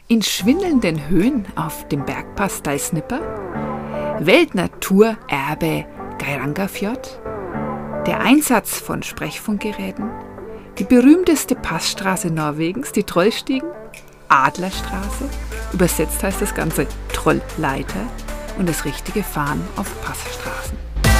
In schwindelnden Höhen auf dem Bergpass Dalsnipper, Weltnaturerbe Geirangerfjord, der Einsatz von Sprechfunkgeräten, die berühmteste Passstraße Norwegens, die Trollstigen, Adlerstraße, übersetzt heißt das Ganze Trollleiter, und das richtige Fahren auf Passstraßen.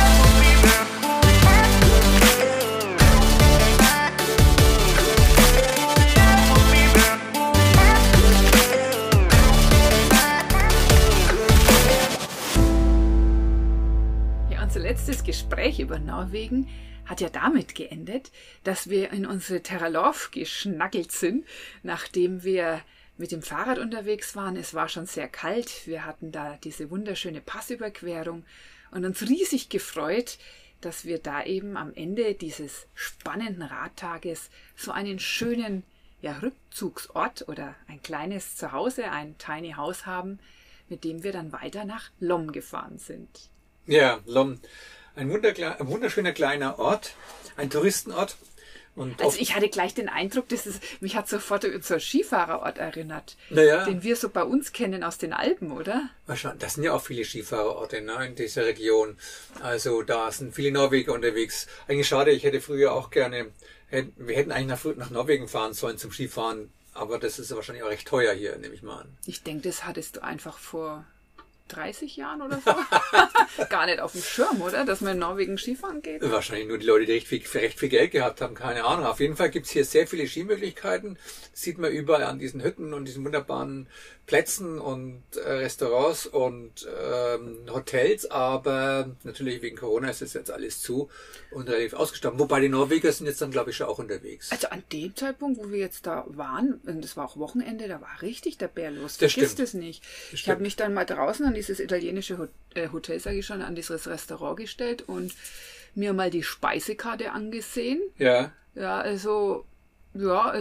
Unser letztes Gespräch über Norwegen hat ja damit geendet, dass wir in unsere Terralov geschnackelt sind, nachdem wir mit dem Fahrrad unterwegs waren. Es war schon sehr kalt. Wir hatten da diese wunderschöne Passüberquerung und uns riesig gefreut, dass wir da eben am Ende dieses spannenden Radtages so einen schönen Rückzugsort oder ein kleines Zuhause, ein Tiny House haben, mit dem wir dann weiter nach Lom gefahren sind. Ja, Lom, ein wunderschöner kleiner Ort, ein Touristenort. Und also ich hatte gleich den Eindruck, mich hat sofort an so einen Skifahrerort erinnert, naja, den wir so bei uns kennen aus den Alpen, oder? Wahrscheinlich. Das sind ja auch viele Skifahrerorte, ne, in dieser Region. Also da sind viele Norweger unterwegs. Eigentlich schade, ich hätte früher auch gerne, wir hätten eigentlich nach Norwegen fahren sollen zum Skifahren, aber das ist wahrscheinlich auch recht teuer hier, nehme ich mal an. Ich denke, das hattest du einfach vor 30 Jahren oder so gar nicht auf dem Schirm, oder? Dass man in Norwegen Skifahren geht? Wahrscheinlich nur die Leute, die recht viel Geld gehabt haben, keine Ahnung. Auf jeden Fall gibt es hier sehr viele Skimöglichkeiten. Das sieht man überall an diesen Hütten und diesen wunderbaren Plätzen und Restaurants und Hotels, aber natürlich wegen Corona ist das jetzt alles zu und relativ ausgestorben. Wobei die Norweger sind jetzt dann, glaube ich, schon auch unterwegs. Also an dem Zeitpunkt, wo wir jetzt da waren, und das war auch Wochenende, da war richtig der Bär los. Das Vergiss stimmt. das nicht. Ich habe mich dann mal draußen an dieses italienische Hotel, sage ich schon, an dieses Restaurant gestellt und mir mal die Speisekarte angesehen. Ja. Also da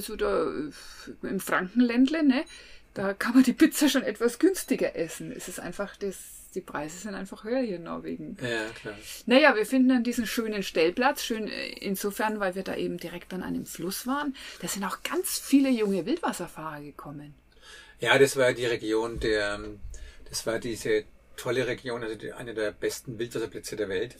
im Frankenländle, ne? Da kann man die Pizza schon etwas günstiger essen. Es ist einfach die Preise sind einfach höher hier in Norwegen. Ja, klar. Naja, wir finden dann diesen schönen Stellplatz, schön insofern, weil wir da eben direkt an einem Fluss waren. Da sind auch ganz viele junge Wildwasserfahrer gekommen. Ja, das war die Region das war diese tolle Region, also eine der besten Wildwasserplätze der Welt.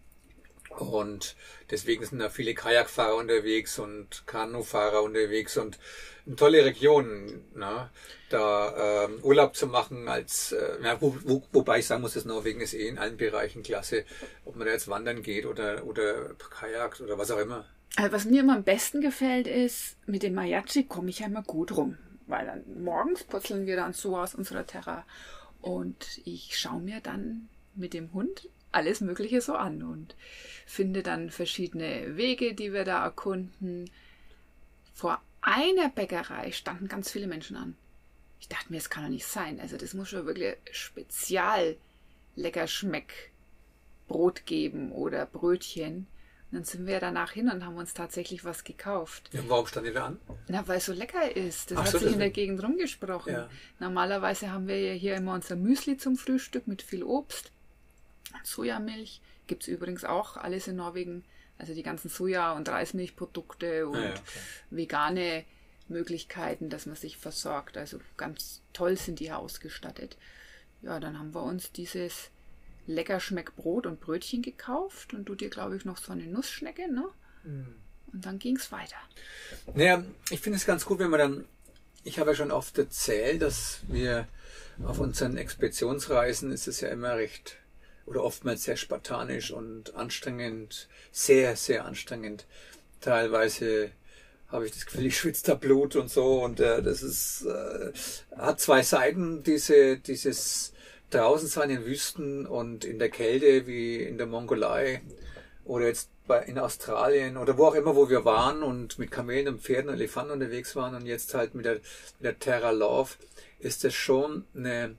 Und deswegen sind da viele Kajakfahrer unterwegs und Kanufahrer unterwegs und eine tolle Region, ne? Da Urlaub zu machen wobei ich sagen muss, dass Norwegen ist in allen Bereichen klasse, ob man da jetzt wandern geht oder Kajak oder was auch immer. Also was mir immer am besten gefällt ist, mit dem Majatschi komme ich ja immer gut rum, weil dann morgens purzeln wir dann so aus unserer Terra und ich schaue mir dann mit dem Hund alles Mögliche so an und finde dann verschiedene Wege, die wir da erkunden. Vor einer Bäckerei standen ganz viele Menschen an. Ich dachte mir, das kann doch nicht sein. Also das muss schon wirklich spezial lecker Schmeckbrot geben oder Brötchen. Und dann sind wir danach hin und haben uns tatsächlich was gekauft. Ja, warum stand ihr da an? Na, weil es so lecker ist. Das hat sich in der Gegend rumgesprochen. Ja. Normalerweise haben wir ja hier immer unser Müsli zum Frühstück mit viel Obst. Sojamilch gibt es übrigens auch alles in Norwegen. Also die ganzen Soja- und Reismilchprodukte und vegane Möglichkeiten, dass man sich versorgt. Also ganz toll sind die hier ausgestattet. Ja, dann haben wir uns dieses Leckerschmeckbrot und Brötchen gekauft und du dir, glaube ich, noch so eine Nussschnecke, ne? Und dann ging es weiter. Naja, ich finde es ganz gut, wenn man dann, ich habe ja schon oft erzählt, dass wir auf unseren Expeditionsreisen ist es ja immer recht oder oftmals sehr spartanisch und anstrengend, sehr, sehr anstrengend. Teilweise habe ich das Gefühl, ich schwitze da Blut und so und das ist hat zwei Seiten, dieses draußen sein in Wüsten und in der Kälte wie in der Mongolei oder jetzt in Australien oder wo auch immer, wo wir waren und mit Kamelen und Pferden und Elefanten unterwegs waren und jetzt halt mit der Terralov, ist das schon eine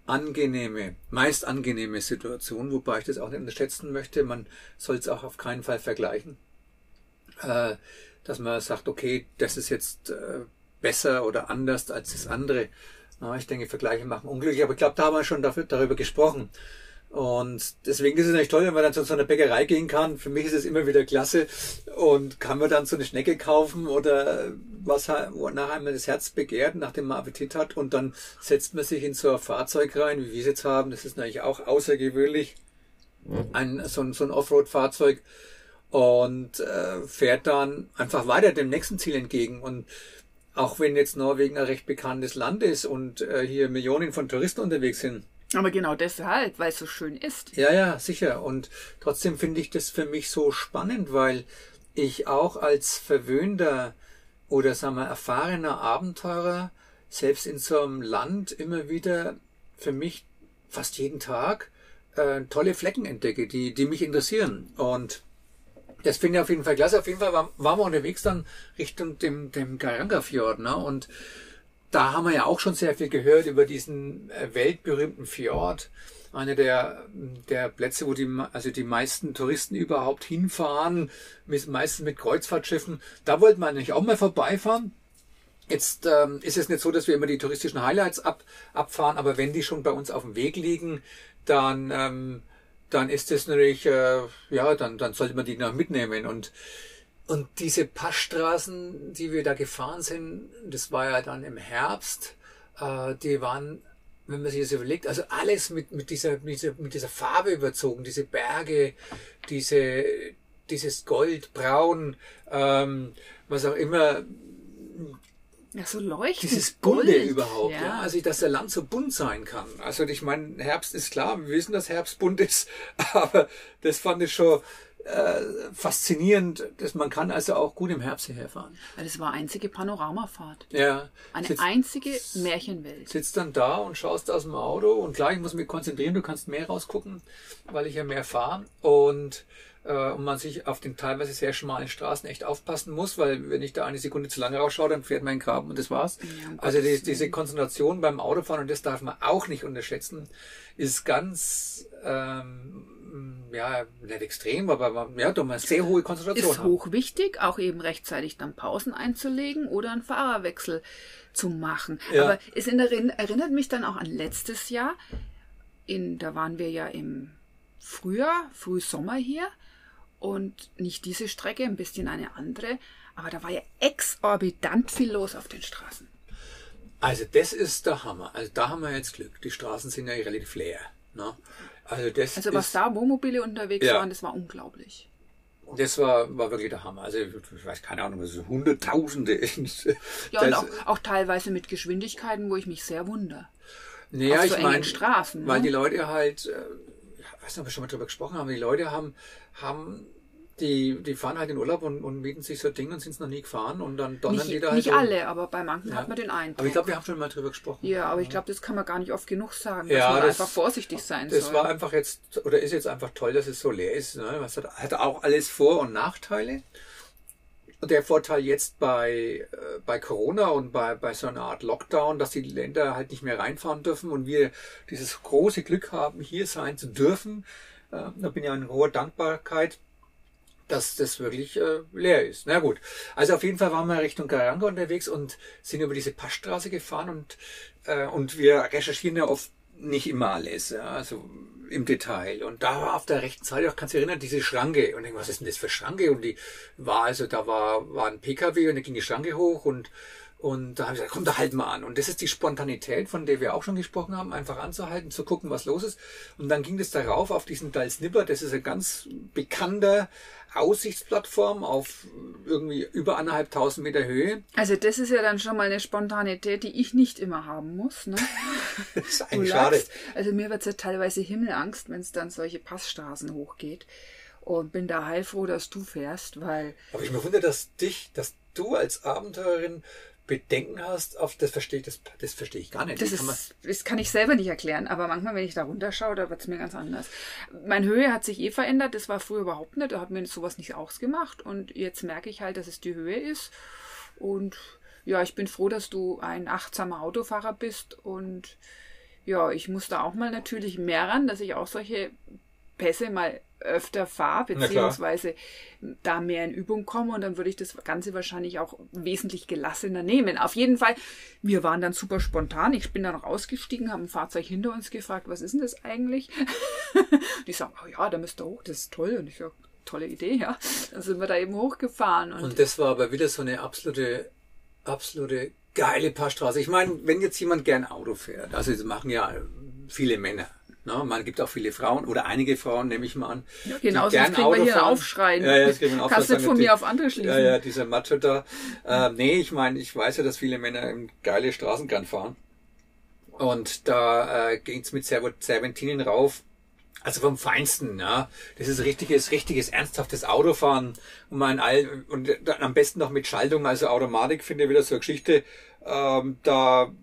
meist angenehme Situation, wobei ich das auch nicht unterschätzen möchte. Man soll es auch auf keinen Fall vergleichen, dass man sagt, okay, das ist jetzt besser oder anders als das andere. Ich denke, Vergleiche machen unglücklich, aber ich glaube, da haben wir schon darüber gesprochen. Und deswegen ist es natürlich toll, wenn man dann zu so einer Bäckerei gehen kann. Für mich ist es immer wieder klasse. Und kann man dann so eine Schnecke kaufen oder was wonach einmal das Herz begehrt, nachdem man Appetit hat. Und dann setzt man sich in so ein Fahrzeug rein, wie wir es jetzt haben. Das ist natürlich auch außergewöhnlich. So ein Offroad-Fahrzeug. Und fährt dann einfach weiter dem nächsten Ziel entgegen. Und auch wenn jetzt Norwegen ein recht bekanntes Land ist und hier Millionen von Touristen unterwegs sind. Aber genau deshalb, weil es so schön ist. Ja, ja, sicher. Und trotzdem finde ich das für mich so spannend, weil ich auch als verwöhnter oder sagen wir erfahrener Abenteurer selbst in so einem Land immer wieder für mich fast jeden Tag tolle Flecken entdecke, die mich interessieren. Und das finde ich auf jeden Fall klasse. Auf jeden Fall waren wir unterwegs dann Richtung dem Geiranger-Fjord, ne? Und da haben wir ja auch schon sehr viel gehört über diesen weltberühmten Fjord. Einer der Plätze, wo die meisten Touristen überhaupt hinfahren, meistens mit Kreuzfahrtschiffen. Da wollten wir eigentlich auch mal vorbeifahren. Jetzt ist es nicht so, dass wir immer die touristischen Highlights abfahren, aber wenn die schon bei uns auf dem Weg liegen, dann ist das natürlich, dann sollte man die noch mitnehmen. Und diese Passstraßen, die wir da gefahren sind, das war ja dann im Herbst, die waren, wenn man sich das überlegt, also alles mit dieser Farbe überzogen, diese Berge, dieses Gold, Braun, was auch immer. Ja, so leuchtend. Dieses Bunte Gold, überhaupt, ja. ja. Also, dass der Land so bunt sein kann. Also, ich meine, Herbst ist klar, wir wissen, dass Herbst bunt ist, aber das fand ich schon faszinierend, dass man kann also auch gut im Herbst hierher fahren. Ja, das war einzige Panoramafahrt. Ja. Eine einzige Märchenwelt. Sitzt dann da und schaust aus dem Auto und klar, ich muss mich konzentrieren, du kannst mehr rausgucken, weil ich ja mehr fahre und man sich auf den teilweise sehr schmalen Straßen echt aufpassen muss, weil wenn ich da eine Sekunde zu lange rausschaue, dann fährt mein Graben und das war's. Ja, also diese Konzentration beim Autofahren, und das darf man auch nicht unterschätzen, ist ganz nicht extrem, aber ja, doch mal sehr hohe Konzentration. Ist hochwichtig, auch eben rechtzeitig dann Pausen einzulegen oder einen Fahrerwechsel zu machen. Ja. Aber es erinnert mich dann auch an letztes Jahr. Da waren wir ja im Frühsommer hier und nicht diese Strecke, ein bisschen eine andere. Aber da war ja exorbitant viel los auf den Straßen. Also das ist der Hammer. Also da haben wir jetzt Glück. Die Straßen sind ja relativ leer. Ne? Also was da Wohnmobile unterwegs waren, das war unglaublich. Das war wirklich der Hammer. Also ich weiß keine Ahnung, also Hunderttausende. Ja, und auch teilweise mit Geschwindigkeiten, wo ich mich sehr wundere. Naja, auf so engen Straßen. Weil ne? die Leute halt, ich weiß nicht, ob wir schon mal drüber gesprochen haben, die Leute die fahren halt in Urlaub und mieten sich so ein Ding und sind es noch nie gefahren und dann donnern die da halt. Nicht alle, aber bei manchen hat man den Eindruck. Aber ich glaube, wir haben schon mal drüber gesprochen. Ja, aber ich glaube, das kann man gar nicht oft genug sagen, dass man einfach vorsichtig sein soll. Das war einfach ist jetzt einfach toll, dass es so leer ist. Ne? Das hat auch alles Vor- und Nachteile. Und der Vorteil jetzt bei Corona und bei so einer Art Lockdown, dass die Länder halt nicht mehr reinfahren dürfen und wir dieses große Glück haben, hier sein zu dürfen. Da bin ich ja in hoher Dankbarkeit, dass das wirklich leer ist. Na gut, also auf jeden Fall waren wir Richtung Geiranger unterwegs und sind über diese Passstraße gefahren und wir recherchieren ja oft nicht immer alles, ja, also im Detail. Und da war auf der rechten Seite, auch kannst du dich erinnern, diese Schranke. Und ich denke, was ist denn das für Schranke? Und da war ein PKW und da ging die Schranke hoch und da habe ich gesagt, komm, da halten wir an. Und das ist die Spontanität, von der wir auch schon gesprochen haben, einfach anzuhalten, zu gucken, was los ist. Und dann ging das darauf auf diesen Dalsnipper, das ist ein ganz bekannter Aussichtsplattform auf irgendwie über 1.500 Meter Höhe. Also das ist ja dann schon mal eine Spontanität, die ich nicht immer haben muss. Ne? Das ist eigentlich schade. Also mir wird es ja teilweise Himmelangst, wenn es dann solche Passstraßen hochgeht. Und bin da heilfroh, dass du fährst, weil... Aber ich mir wundere, dass du als Abenteurerin Bedenken hast, das verstehe ich gar nicht. Das kann ich selber nicht erklären, aber manchmal, wenn ich da runterschaue, da wird es mir ganz anders. Meine Höhe hat sich verändert, das war früher überhaupt nicht, da hat mir sowas nicht ausgemacht und jetzt merke ich halt, dass es die Höhe ist und ja, ich bin froh, dass du ein achtsamer Autofahrer bist und ja, ich muss da auch mal natürlich mehr ran, dass ich auch solche Pässe mal öfter fahre, beziehungsweise da mehr in Übung komme und dann würde ich das Ganze wahrscheinlich auch wesentlich gelassener nehmen. Auf jeden Fall, wir waren dann super spontan. Ich bin dann noch ausgestiegen, habe ein Fahrzeug hinter uns gefragt, was ist denn das eigentlich? Und ich sage, oh ja, da müsst ihr hoch, das ist toll. Und ich sage, tolle Idee, ja. Dann sind wir da eben hochgefahren. Und das war aber wieder so eine absolute geile Passstraße. Ich meine, wenn jetzt jemand gern Auto fährt, also das machen ja viele Männer, ne? Man gibt auch viele Frauen oder einige Frauen, nehme ich mal an. Ja, genau, sonst kriegen wir hier einen Aufschrei. Ja, das kriegen wir einen Aufschrei. Kannst nicht von mir auf andere schließen. Ja, dieser Macho da. Nee, ich meine, ich weiß ja, dass viele Männer geile Straßen gern fahren. Und da geht's mit Serpentinen rauf. Also vom Feinsten, ja. Das ist richtiges, ernsthaftes Autofahren. Und am besten noch mit Schaltung, also Automatik, finde ich wieder so eine Geschichte. Dann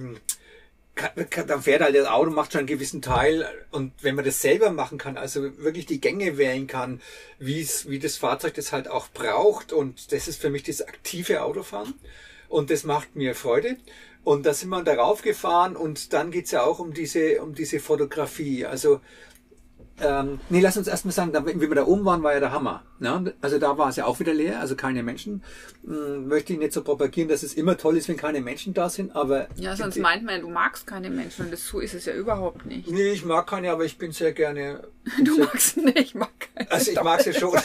fährt halt das Auto, macht schon einen gewissen Teil. Und wenn man das selber machen kann, also wirklich die Gänge wählen kann, wie das Fahrzeug das halt auch braucht. Und das ist für mich das aktive Autofahren. Und das macht mir Freude. Und da sind wir darauf gefahren und dann geht's ja auch um diese Fotografie. Also lass uns erstmal sagen, wie wir da oben waren, war ja der Hammer. Ne? Also da war es ja auch wieder leer, also keine Menschen. Möchte ich nicht so propagieren, dass es immer toll ist, wenn keine Menschen da sind, aber... Ja, sonst meint man, du magst keine Menschen und so ist es ja überhaupt nicht. Nee, ich mag keine, aber ich bin sehr gerne... Magst nicht, ich mag keine. Also ich mag sie schon.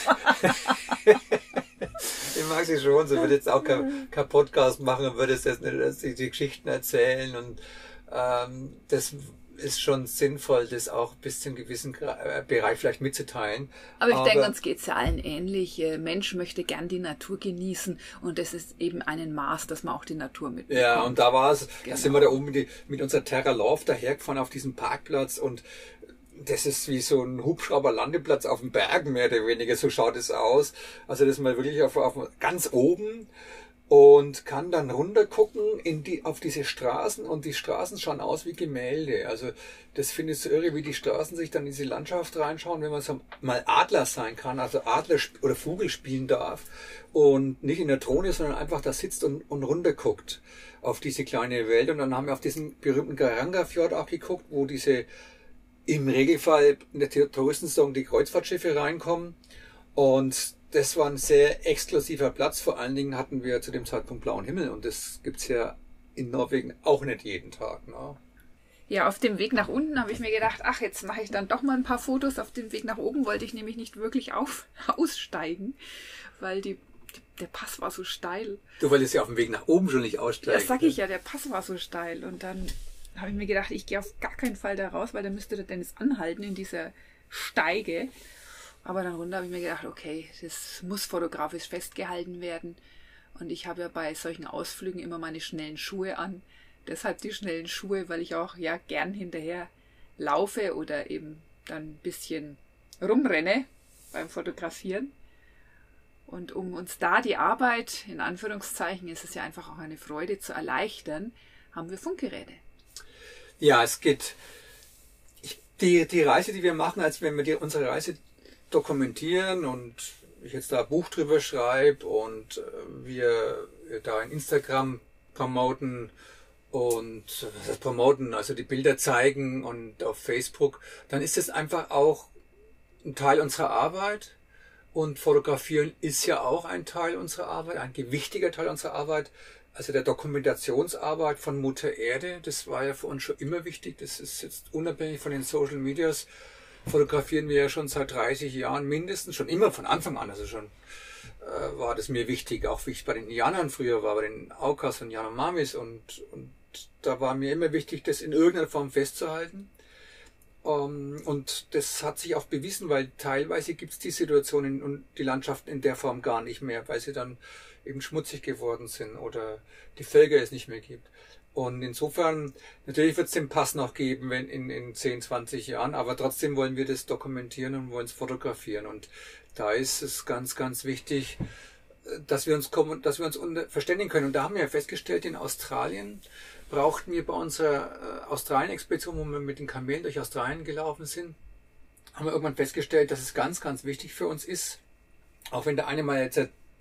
Ich mag sie schon, so würde jetzt auch kein Podcast machen und würde jetzt nicht die Geschichten erzählen und das ist schon sinnvoll, das auch bis zu einem gewissen Bereich vielleicht mitzuteilen. Aber ich denke, uns geht's ja allen ähnlich. Mensch möchte gern die Natur genießen und das ist eben ein Maß, dass man auch die Natur mitbekommt. Ja, und da war es, genau. Da sind wir da oben mit unserer Terra Love dahergefahren auf diesem Parkplatz und das ist wie so ein Hubschrauberlandeplatz auf dem Berg, mehr oder weniger, so schaut es aus. Also das ist mal wirklich auf ganz oben. Und kann dann runter gucken auf diese Straßen und die Straßen schauen aus wie Gemälde. Also das finde ich so irre, wie die Straßen sich dann in diese Landschaft reinschauen, wenn man so mal Adler sein kann, also Adler oder Vogel spielen darf und nicht in der Drohne, sondern einfach da sitzt und runter guckt auf diese kleine Welt. Und dann haben wir auf diesen berühmten Geiranger-Fjord auch geguckt, wo diese im Regelfall in der Touristensaison die Kreuzfahrtschiffe reinkommen und das war ein sehr exklusiver Platz. Vor allen Dingen hatten wir zu dem Zeitpunkt blauen Himmel und das gibt's ja in Norwegen auch nicht jeden Tag. Ne? Ja, auf dem Weg nach unten habe ich mir gedacht, ach, jetzt mache ich dann doch mal ein paar Fotos. Auf dem Weg nach oben wollte ich nämlich nicht wirklich aussteigen, weil der Pass war so steil. Du wolltest ja auf dem Weg nach oben schon nicht aussteigen. Das sag ich ja, der Pass war so steil. Und dann habe ich mir gedacht, ich gehe auf gar keinen Fall da raus, weil dann müsste der Dennis anhalten in dieser Steige. Aber dann runter habe ich mir gedacht, okay, das muss fotografisch festgehalten werden. Und ich habe ja bei solchen Ausflügen immer meine schnellen Schuhe an. Deshalb die schnellen Schuhe, weil ich auch ja gern hinterher laufe oder eben dann ein bisschen rumrenne beim Fotografieren. Und um uns da die Arbeit, in Anführungszeichen, ist es ja einfach auch eine Freude zu erleichtern, haben wir Funkgeräte. Ja, es geht. Die Reise, die wir machen, als wenn wir unsere Reise dokumentieren und ich jetzt da ein Buch drüber schreibe und wir da in Instagram promoten und also die Bilder zeigen und auf Facebook, dann ist es einfach auch ein Teil unserer Arbeit und Fotografieren ist ja auch ein Teil unserer Arbeit, ein gewichtiger Teil unserer Arbeit. Also der Dokumentationsarbeit von Mutter Erde, das war ja für uns schon immer wichtig, das ist jetzt unabhängig von den Social Medias, fotografieren wir ja schon seit 30 Jahren mindestens, schon immer von Anfang an, also schon war das mir wichtig, auch wie ich bei den Indianern früher war, bei den Aukas und Yanomamis und da war mir immer wichtig, das in irgendeiner Form festzuhalten und das hat sich auch bewiesen, weil teilweise gibt es die Situationen und die Landschaften in der Form gar nicht mehr, weil sie dann eben schmutzig geworden sind oder die Völker es nicht mehr gibt. Und insofern, natürlich wird es den Pass noch geben in 10, 20 Jahren, aber trotzdem wollen wir das dokumentieren und wollen es fotografieren. Und da ist es ganz, ganz wichtig, dass wir uns verständigen können. Und da haben wir ja festgestellt, in Australien brauchten wir bei unserer Australien-Expedition, wo wir mit den Kamelen durch Australien gelaufen sind, haben wir irgendwann festgestellt, dass es ganz, ganz wichtig für uns ist, auch wenn der eine mal jetzt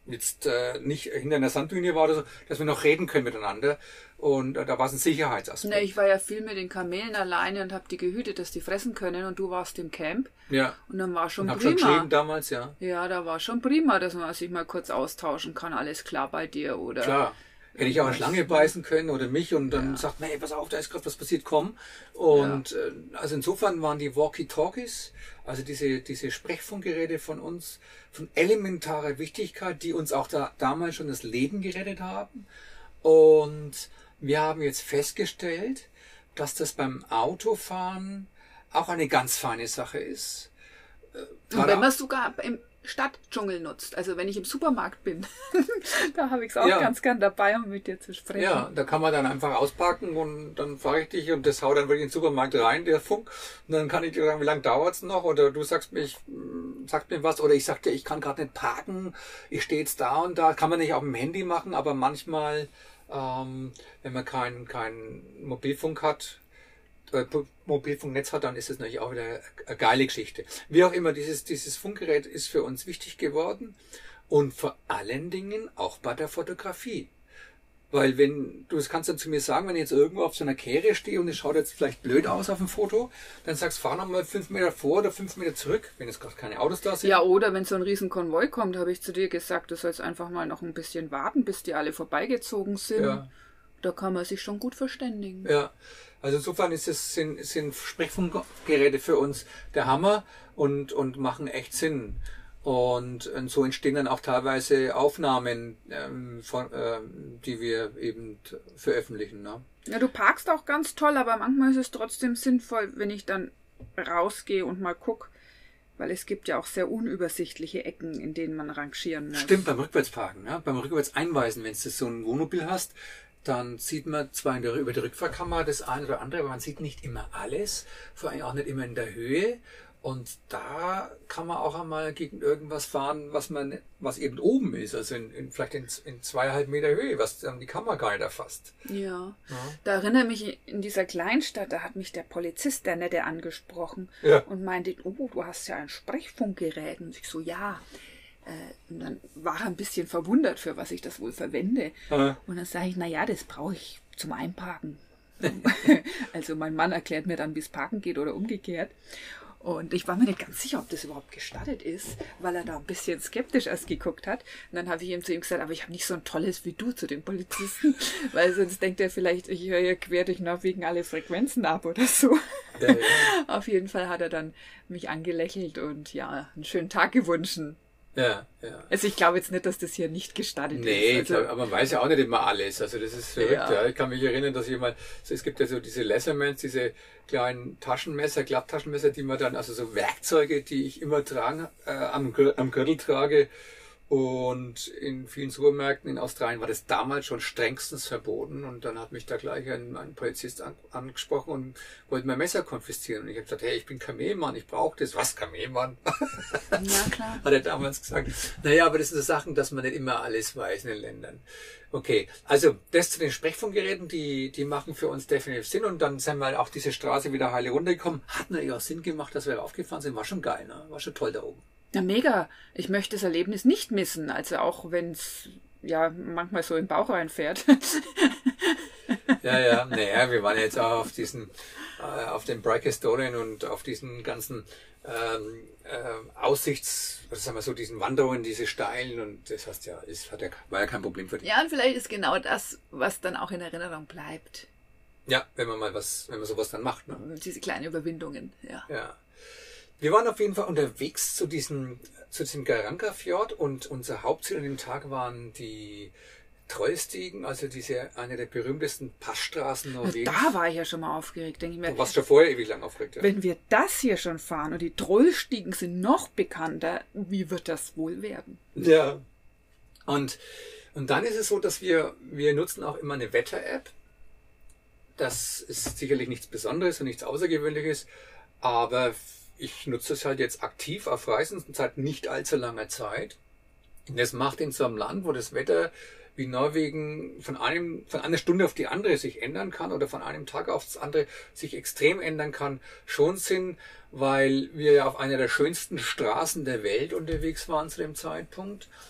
jetzt nicht hinter einer Sanddüne war oder so, dass wir noch reden können miteinander. Und da war es ein Sicherheitsaspekt. Ne, ich war ja viel mit den Kamelen alleine und habe die gehütet, dass die fressen können. Und du warst im Camp. Ja. Und dann war schon und prima. Hab schon geschrieben damals, ja. Ja, da war schon prima, dass man sich mal kurz austauschen kann. Alles klar bei dir, oder? Klar. Hätte ich auch eine Schlange beißen können oder mich und dann sagt, nee, pass auf, da ist gerade was passiert, komm. Und also insofern waren die Walkie-Talkies, also diese Sprechfunkgeräte von uns, von elementarer Wichtigkeit, die uns auch damals schon das Leben gerettet haben. Und wir haben jetzt festgestellt, dass das beim Autofahren auch eine ganz feine Sache ist. Und wenn man es sogar im Stadtdschungel nutzt, also wenn ich im Supermarkt bin, da habe ich es auch ganz gern dabei, um mit dir zu sprechen. Ja, da kann man dann einfach auspacken und dann frage ich dich und das haut dann wirklich in den Supermarkt rein, der Funk. Und dann kann ich dir sagen, wie lange dauert's noch? Oder du sagst mir was oder ich sag dir, ich kann gerade nicht parken, ich stehe jetzt da und da. Kann man nicht auf dem Handy machen, aber manchmal, wenn man kein Mobilfunk hat, Mobilfunknetz hat, dann ist es natürlich auch wieder eine geile Geschichte. Wie auch immer, dieses Funkgerät ist für uns wichtig geworden und vor allen Dingen auch bei der Fotografie. Weil das kannst du zu mir sagen, wenn ich jetzt irgendwo auf so einer Kehre stehe und es schaut jetzt vielleicht blöd aus auf dem Foto, dann sagst du, fahr nochmal 5 Meter vor oder 5 Meter zurück, wenn jetzt gerade keine Autos da sind. Ja, oder wenn so ein riesen Konvoi kommt, habe ich zu dir gesagt, du sollst einfach mal noch ein bisschen warten, bis die alle vorbeigezogen sind. Ja. Da kann man sich schon gut verständigen. Ja. Also insofern sind Sprechfunkgeräte für uns der Hammer und machen echt Sinn. Und so entstehen dann auch teilweise Aufnahmen, die wir eben veröffentlichen. Ne? Ja, du parkst auch ganz toll, aber manchmal ist es trotzdem sinnvoll, wenn ich dann rausgehe und mal gucke, weil es gibt ja auch sehr unübersichtliche Ecken, in denen man rangieren muss. Stimmt, beim Rückwärtsparken, ja? Beim Rückwärtseinweisen, wenn du so ein Wohnmobil hast, dann sieht man zwar über die Rückfahrkamera das eine oder andere, aber man sieht nicht immer alles, vor allem auch nicht immer in der Höhe. Und da kann man auch einmal gegen irgendwas fahren, was eben oben ist, also vielleicht in 2,5 Meter Höhe, was dann die Kamera gar nicht erfasst. Ja. Da erinnere mich in dieser Kleinstadt, da hat mich der Polizist, der Nette, angesprochen und meinte, oh, du hast ja ein Sprechfunkgerät. Und ich so, ja. Und dann war er ein bisschen verwundert, für was ich das wohl verwende. Und dann sage ich, naja, das brauche ich zum Einparken. Also mein Mann erklärt mir dann, wie es parken geht oder umgekehrt. Und ich war mir nicht ganz sicher, ob das überhaupt gestattet ist, weil er da ein bisschen skeptisch erst geguckt hat. Und dann habe ich ihm zu ihm gesagt, aber ich habe nicht so ein tolles wie du zu den Polizisten, weil sonst denkt er vielleicht, ich höre ja quer durch Norwegen alle Frequenzen ab oder so. Ja. Auf jeden Fall hat er dann mich angelächelt und einen schönen Tag gewünscht. Ja. Also ich glaube jetzt nicht, dass das hier nicht gestattet ist. Nee, aber man weiß ja auch nicht immer alles. Also das ist verrückt. Ja. Ich kann mich erinnern, dass es gibt ja so diese Leathermans, diese kleinen Taschenmesser, Klapptaschenmesser, die man dann, also so Werkzeuge, die ich immer am Gürtel trage. Und in vielen Supermärkten in Australien war das damals schon strengstens verboten. Und dann hat mich da gleich ein Polizist angesprochen und wollte mein Messer konfiszieren. Und ich habe gesagt, hey, ich bin Kamelmann, ich brauche das. Was, Kamelmann? Ja, klar. Hat er damals gesagt. Naja, aber das sind so Sachen, dass man nicht immer alles weiß in den Ländern. Okay, also das zu den Sprechfunkgeräten, die machen für uns definitiv Sinn. Und dann sind wir auch diese Straße wieder heile runtergekommen. Hat natürlich auch Sinn gemacht, dass wir raufgefahren sind. War schon geil, ne? War schon toll da oben. Ja, mega. Ich möchte das Erlebnis nicht missen. Also auch wenn es manchmal so im Bauch reinfährt. Ja. Naja, wir waren jetzt auch auf den Brikestorian und auf diesen ganzen diesen Wanderungen, diese steilen und das heißt war ja kein Problem für dich. Ja, und vielleicht ist genau das, was dann auch in Erinnerung bleibt. Ja, wenn man sowas dann macht. Ne? Diese kleinen Überwindungen, Ja. Wir waren auf jeden Fall unterwegs zu diesem Garanka-Fjord und unser Hauptziel an dem Tag waren die Trollstigen, also eine der berühmtesten Passstraßen Norwegens. Da war ich ja schon mal aufgeregt, denke ich mir. Du warst schon vorher ewig lang aufgeregt. Ja. Wenn wir das hier schon fahren und die Trollstiegen sind noch bekannter, wie wird das wohl werden? Ja. Und dann ist es so, dass wir nutzen auch immer eine Wetter-App. Das ist sicherlich nichts Besonderes und nichts Außergewöhnliches, aber ich nutze es halt jetzt aktiv auf Reisen seit nicht allzu langer Zeit. Und das macht in so einem Land, wo das Wetter wie Norwegen von einer Stunde auf die andere sich ändern kann oder von einem Tag auf das andere sich extrem ändern kann, schon Sinn, weil wir ja auf einer der schönsten Straßen der Welt unterwegs waren zu dem Zeitpunkt.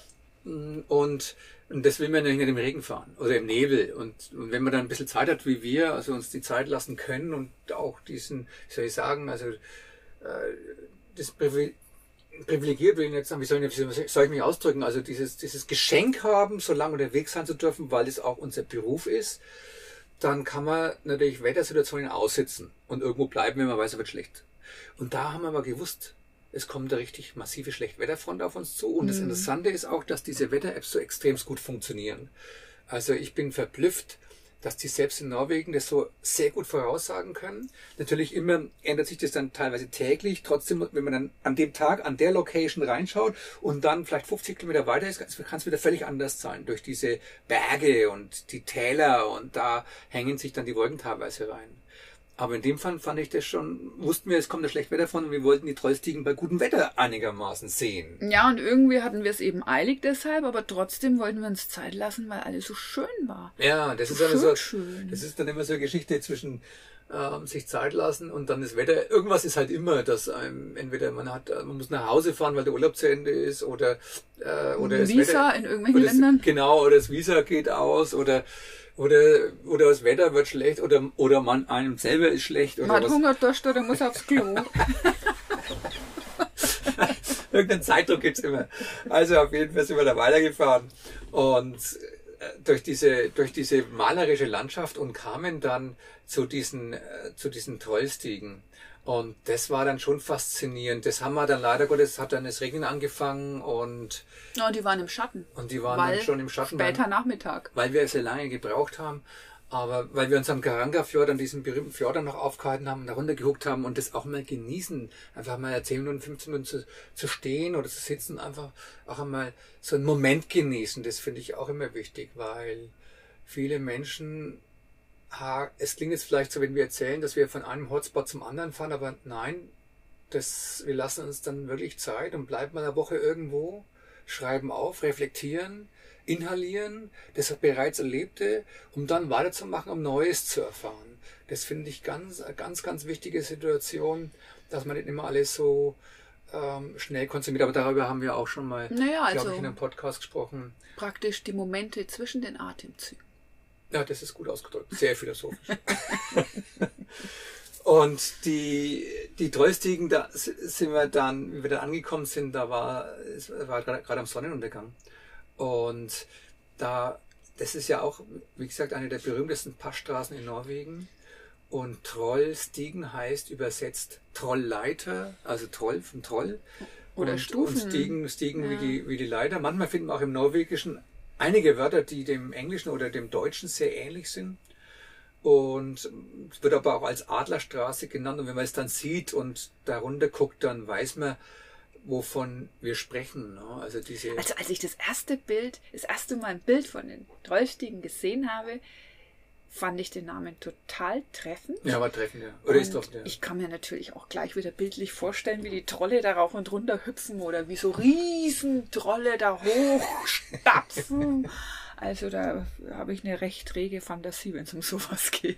Und das will man ja nicht im Regen fahren oder im Nebel. Und wenn man dann ein bisschen Zeit hat wie wir, also uns die Zeit lassen können und auch diesen, wie soll ich sagen, also das privilegiert will ich jetzt sagen, wie soll ich mich ausdrücken, also dieses Geschenk haben, so lange unterwegs sein zu dürfen, weil es auch unser Beruf ist, dann kann man natürlich Wettersituationen aussitzen und irgendwo bleiben, wenn man weiß, es wird schlecht. Und da haben wir aber gewusst, es kommt eine richtig massive Schlechtwetterfront auf uns zu. Und das Interessante ist auch, dass diese Wetter-Apps so extrem gut funktionieren. Also ich bin verblüfft, dass die selbst in Norwegen das so sehr gut voraussagen können. Natürlich immer ändert sich das dann teilweise täglich. Trotzdem, wenn man dann an dem Tag, an der Location reinschaut und dann vielleicht 50 Kilometer weiter ist, kann es wieder völlig anders sein. Durch diese Berge und die Täler und da hängen sich dann die Wolken teilweise rein. Aber in dem Fall fand ich das schon, wussten wir, es kommt ein Schlechtwetter von und wir wollten die Trollstiegen bei gutem Wetter einigermaßen sehen. Ja, und irgendwie hatten wir es eben eilig deshalb, aber trotzdem wollten wir uns Zeit lassen, weil alles so schön war. Ja, das ist aber schön. Das ist dann immer so eine Geschichte zwischen sich Zeit lassen und dann das Wetter. Irgendwas ist halt immer, dass entweder man muss nach Hause fahren, weil der Urlaub zu Ende ist oder das Visa Wetter, in irgendwelchen Ländern. Genau, oder das Visa geht aus oder das Wetter wird schlecht oder man einem selber ist schlecht. Oder man hat Hunger, Durst oder muss aufs Klo. Irgendeinen Zeitdruck gibt's immer. Also auf jeden Fall sind wir da weitergefahren und durch diese malerische Landschaft und kamen dann zu diesen Trollstiegen. Und das war dann schon faszinierend. Das haben wir dann leider Gottes, hat dann das Regnen angefangen und... Ja, und die waren im Schatten. Und die waren dann schon im Schatten. Später Nachmittag. Weil wir sehr lange gebraucht haben. Aber weil wir uns am Geiranger-Fjord, an diesem berühmten Fjord dann noch aufgehalten haben, da runtergeguckt haben und das auch mal genießen. Einfach mal 10 Minuten, 15 Minuten zu stehen oder zu sitzen, einfach auch einmal so einen Moment genießen. Das finde ich auch immer wichtig, weil viele Menschen... Es klingt jetzt vielleicht so, wenn wir erzählen, dass wir von einem Hotspot zum anderen fahren, aber nein, wir lassen uns dann wirklich Zeit und bleiben mal eine Woche irgendwo, schreiben auf, reflektieren, inhalieren, das bereits Erlebte, um dann weiterzumachen, um Neues zu erfahren. Das finde ich ganz wichtige Situation, dass man nicht immer alles so schnell konsumiert. Aber darüber haben wir auch schon mal, glaube ich, in einem Podcast gesprochen. Praktisch die Momente zwischen den Atemzügen. Ja, das ist gut ausgedrückt. Sehr philosophisch. Und die Trollstiegen, da sind wir dann, wie wir da angekommen sind, es war gerade am Sonnenuntergang. Und das ist ja auch, wie gesagt, eine der berühmtesten Passstraßen in Norwegen. Und Trollstiegen heißt übersetzt Trollleiter, also Troll vom Troll. Oder Stufen. Und Stiegen ja. wie die Leiter. Manchmal finden wir auch im Norwegischen einige Wörter, die dem Englischen oder dem Deutschen sehr ähnlich sind. Und es wird aber auch als Adlerstraße genannt. Und wenn man es dann sieht und darunter guckt, dann weiß man, wovon wir sprechen. Also als ich das erste Mal ein Bild von den Trollstiegen gesehen habe, fand ich den Namen total treffend. Ja, war treffend, ja. Oder ist doch, ja. Ich kann mir natürlich auch gleich wieder bildlich vorstellen, wie die Trolle da rauf und runter hüpfen oder wie so Riesentrolle da hochstapfen. Also da habe ich eine recht rege Fantasie, wenn es um sowas geht.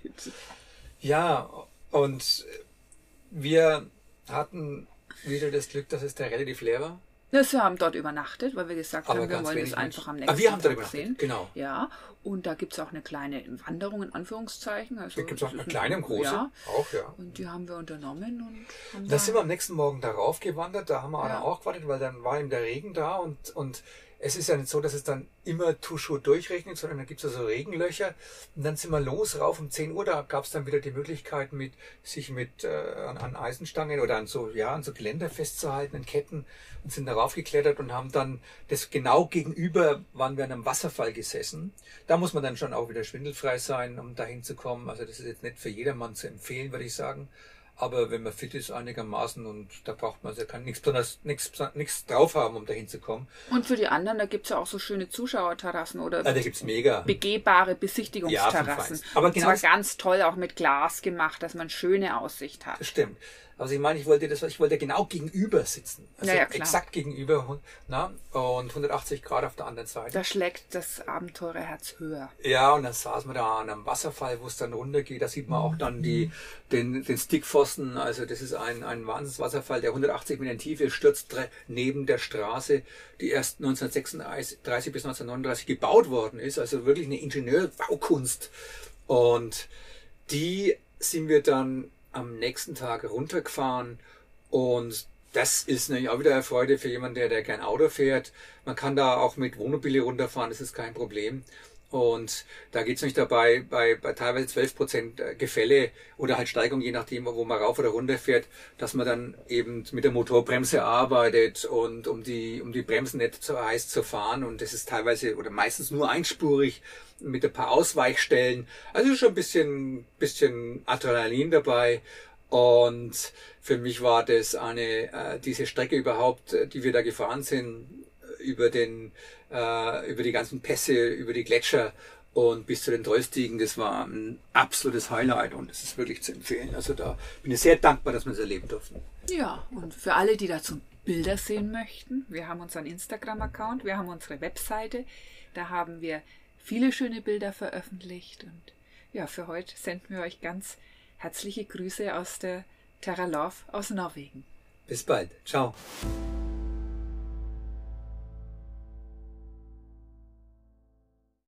Ja, und wir hatten wieder das Glück, dass es da relativ leer war. Wir haben dort übernachtet, weil wir gesagt haben, wir wollen es einfach am nächsten Tag sehen. Genau. Ja, und da gibt es auch eine kleine Wanderung in Anführungszeichen. Also da gibt es auch eine kleine und große. Ja. Auch, ja. Und die haben wir unternommen. Und haben da sind wir am nächsten Morgen darauf gewandert. Da haben wir dann auch gewartet, weil dann war eben der Regen da und es ist ja nicht so, dass es dann immer Tuschu durchregnet, sondern da gibt es so Regenlöcher. Und dann sind wir los, rauf um 10 Uhr. Da gab es dann wieder die Möglichkeit, sich an Eisenstangen oder an so Geländer festzuhalten, in Ketten, und sind darauf geklettert und haben dann das genau gegenüber, waren wir an einem Wasserfall gesessen. Da muss man dann schon auch wieder schwindelfrei sein, um dahin zu kommen. Also das ist jetzt nicht für jedermann zu empfehlen, würde ich sagen. Aber wenn man fit ist einigermaßen und da braucht man, kann nichts drauf haben, um dahin zu kommen. Und für die anderen, da gibt's ja auch so schöne Zuschauerterrassen oder da gibt's mega begehbare Besichtigungsterrassen. Ja, aber genau, das war ganz toll, auch mit Glas gemacht, dass man schöne Aussicht hat. Das stimmt. Also ich meine, ich wollte genau gegenüber sitzen. Also ja, exakt gegenüber, und 180 Grad auf der anderen Seite. Da schlägt das Abenteurerherz höher. Ja, und dann saßen wir da an einem Wasserfall, wo es dann runtergeht. Da sieht man auch dann den Stickpfosten Flossen. Also das ist ein Wahnsinnswasserfall, der 180 Meter Tiefe ist, stürzt neben der Straße, die erst 1936 bis 1939 gebaut worden ist. Also wirklich eine Ingenieurbaukunst. Und die sind wir dann am nächsten Tag runtergefahren. Und das ist natürlich auch wieder eine Freude für jemanden, der gern Auto fährt. Man kann da auch mit Wohnmobile runterfahren, das ist kein Problem. Und da geht es nicht dabei bei teilweise 12% Gefälle oder halt Steigung, je nachdem, wo man rauf oder runter fährt, dass man dann eben mit der Motorbremse arbeitet und um die Bremsen nicht so heiß zu fahren. Und das ist teilweise oder meistens nur einspurig mit ein paar Ausweichstellen. Also schon ein bisschen Adrenalin dabei. Und für mich war das diese Strecke überhaupt, die wir da gefahren sind, über die ganzen Pässe, über die Gletscher und bis zu den Trollstiegen, das war ein absolutes Highlight und das ist wirklich zu empfehlen. Also da bin ich sehr dankbar, dass wir es erleben durften. Ja, und für alle, die dazu Bilder sehen möchten, wir haben unseren Instagram-Account, wir haben unsere Webseite, da haben wir viele schöne Bilder veröffentlicht und ja, für heute senden wir euch ganz herzliche Grüße aus der Terra Love aus Norwegen. Bis bald. Ciao.